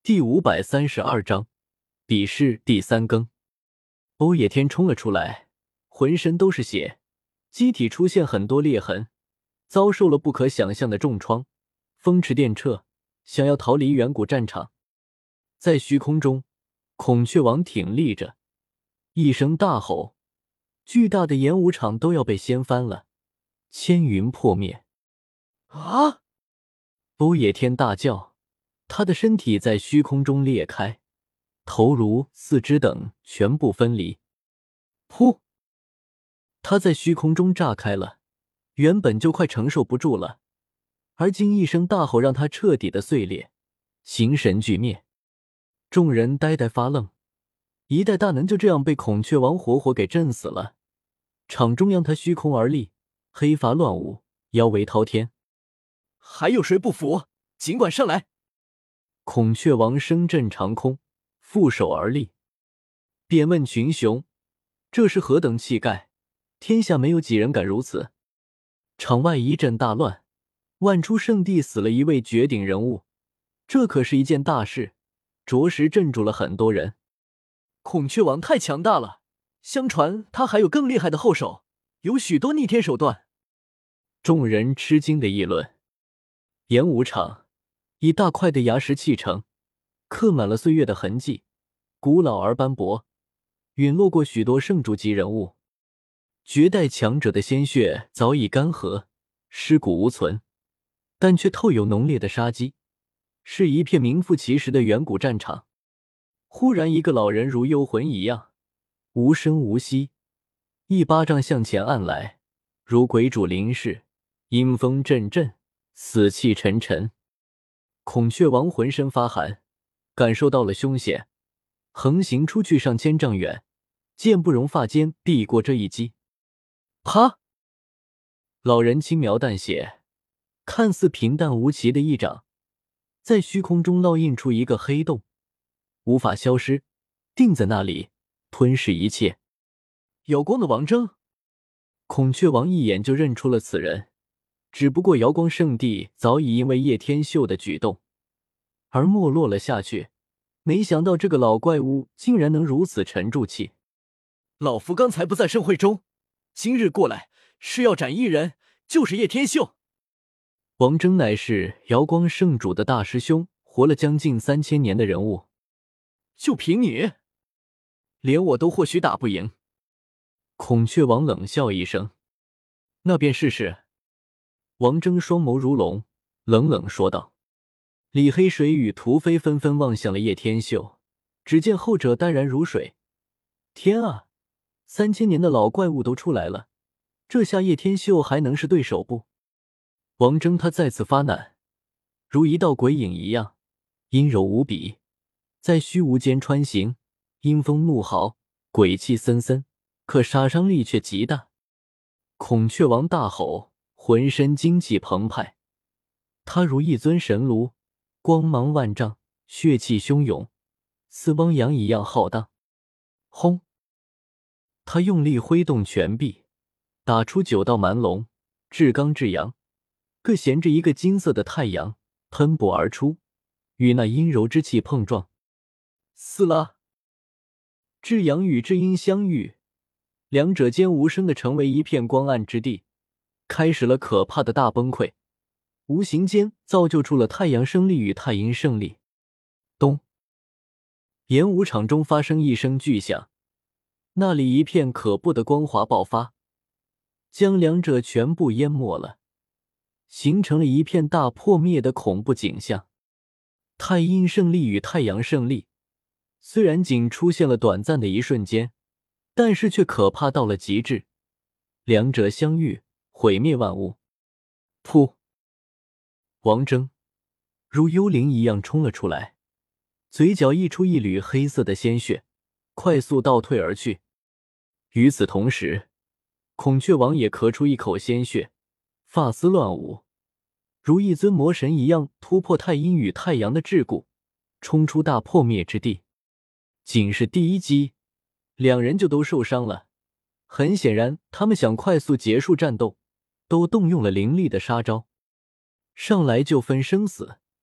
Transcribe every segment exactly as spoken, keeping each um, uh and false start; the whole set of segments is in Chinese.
第五百三十二章比试第三更。欧野天冲了出来，浑身都是血，机体出现很多裂痕，遭受了不可想象的重创，风驰电掣，想要逃离远古战场。在虚空中，孔雀王挺立着，一声大吼，巨大的演武场都要被掀翻了，千云破灭。 啊！ 欧野天大叫，他的身体在虚空中裂开，头颅、四肢等全部分离。噗！他在虚空中炸开了，原本就快承受不住了，而今一声大吼让他彻底的碎裂，形神俱灭。众人呆呆发愣，一代大能就这样被孔雀王活活给震死了。场中央他虚空而立，黑发乱舞，腰围滔天。 还有谁不服？尽管上来！ 孔雀王声震长空，负手而立，便问群雄：这是何等气概？天下没有几人敢如此。场外一阵大乱，万出圣地死了一位绝顶人物，这可是一件大事，着实镇住了很多人。 孔雀王太强大了，相传他还有更厉害的后手，有许多逆天手段。 众人吃惊的议论。演武场以大块的牙石砌成，刻满了岁月的痕迹，古老而斑驳，陨落过许多圣主级人物。绝代强者的鲜血早已干涸，尸骨无存，但却透有浓烈的杀机，是一片名副其实的远古战场。忽然一个老人如幽魂一样，无声无息，一巴掌向前按来，如鬼主临世，阴风阵阵，死气沉沉。孔雀王浑身发寒，感受到了凶险，横行出去上千丈远，剑不容发间避过这一击。啪！老人轻描淡写，看似平淡无奇的一掌，在虚空中烙印出一个黑洞，无法消失，定在那里，吞噬一切。 瑶光的王峥， 孔雀王一眼就认出了此人，只不过瑶光圣地早已因为叶天秀的举动而没落了下去，没想到这个老怪物竟然能如此沉住气。 老夫刚才不在盛会中，今日过来是要斩一人，就是叶天秀。 王峥乃是瑶光圣主的大师兄，活了将近三千年的人物。 就凭你，连我都或许打不赢。 孔雀王冷笑一声， 那便试试。 王峥双眸如龙，冷冷说道。李黑水与屠飞纷纷望向了叶天秀，只见后者淡然如水。天啊，三千年的老怪物都出来了，这下叶天秀还能是对手不？王峥他再次发难，如一道鬼影一样，阴柔无比，在虚无间穿行，阴风怒嚎，鬼气森森，可杀伤力却极大。孔雀王大吼，浑身精气澎湃，他如一尊神炉，光芒万丈，血气汹涌，似汪洋一样浩荡。轰！他用力挥动拳臂，打出九道蛮龙，至刚至阳，各衔着一个金色的太阳，喷薄而出，与那阴柔之气碰撞。 撕拉！ 至阳与至阴相遇，两者间无声的成为一片光暗之地，开始了可怕的大崩溃，无形间造就出了太阳胜利与太阴胜利。咚！演武场中发生一声巨响，那里一片可怖的光华爆发，将两者全部淹没了，形成了一片大破灭的恐怖景象。太阴胜利与太阳胜利虽然仅出现了短暂的一瞬间，但是却可怕到了极致，两者相遇，毁灭万物。噗！王峥如幽灵一样冲了出来，嘴角溢出一缕黑色的鲜血，快速倒退而去。与此同时，孔雀王也咳出一口鲜血，发丝乱舞，如一尊魔神一样突破太阴与太阳的桎梏，冲出大破灭之地。仅是第一击，两人就都受伤了。很显然，他们想快速结束战斗，都动用了凌厉的杀招，上来就分生死，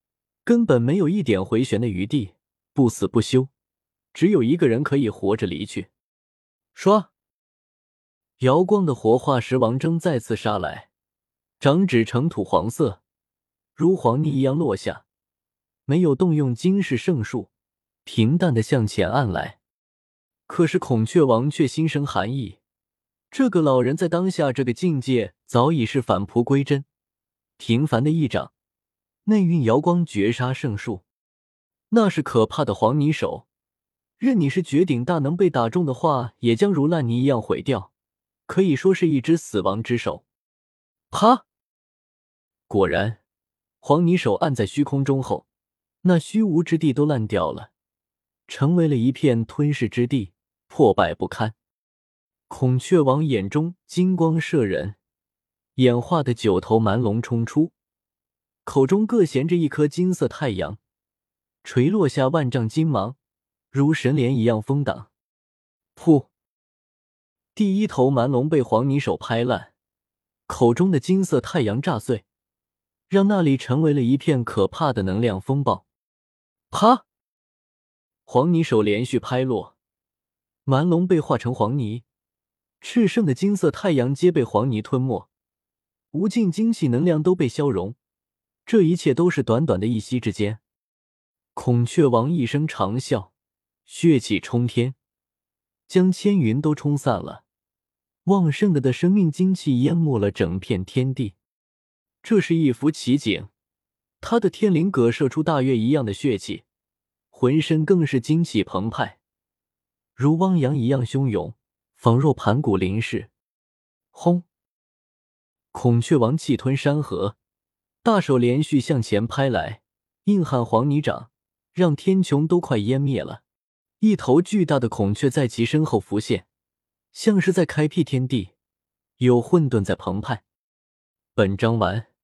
根本没有一点回旋的余地，不死不休，只有一个人可以活着离去。唰！瑶光的活化石王争再次杀来，掌指呈土黄色，如黄泥一样落下，没有动用金氏圣术，平淡的向前按来。可是孔雀王却心生寒意，这个老人在当下这个境界早已是返璞归真，平凡的一掌内蕴瑶光绝杀圣术，那是可怕的黄泥手，任你是绝顶大能被打中的话，也将如烂泥一样毁掉，可以说是一只死亡之手。啪！果然，黄泥手按在虚空中后，那虚无之地都烂掉了，成为了一片吞噬之地，破败不堪。孔雀王眼中金光射人，演化的九头蛮龙冲出，口中各衔着一颗金色太阳，垂落下万丈金芒，如神莲一样封挡。噗！第一头蛮龙被黄泥手拍烂，口中的金色太阳炸碎，让那里成为了一片可怕的能量风暴。啪！黄泥手连续拍落，蛮龙被化成黄泥，炽盛的金色太阳皆被黄泥吞没，无尽精气能量都被消融，这一切都是短短的一息之间。孔雀王一声长啸，血气冲天，将千云都冲散了，旺盛的的生命精气淹没了整片天地。这是一幅奇景，他的天灵葛射出大月一样的血气，浑身更是精气澎湃，如汪洋一样汹涌，仿若盘古临世。轰！孔雀王气吞山河，大手连续向前拍来，硬汉黄泥掌让天穹都快湮灭了。一头巨大的孔雀在其身后浮现，像是在开辟天地，有混沌在澎湃。本章完。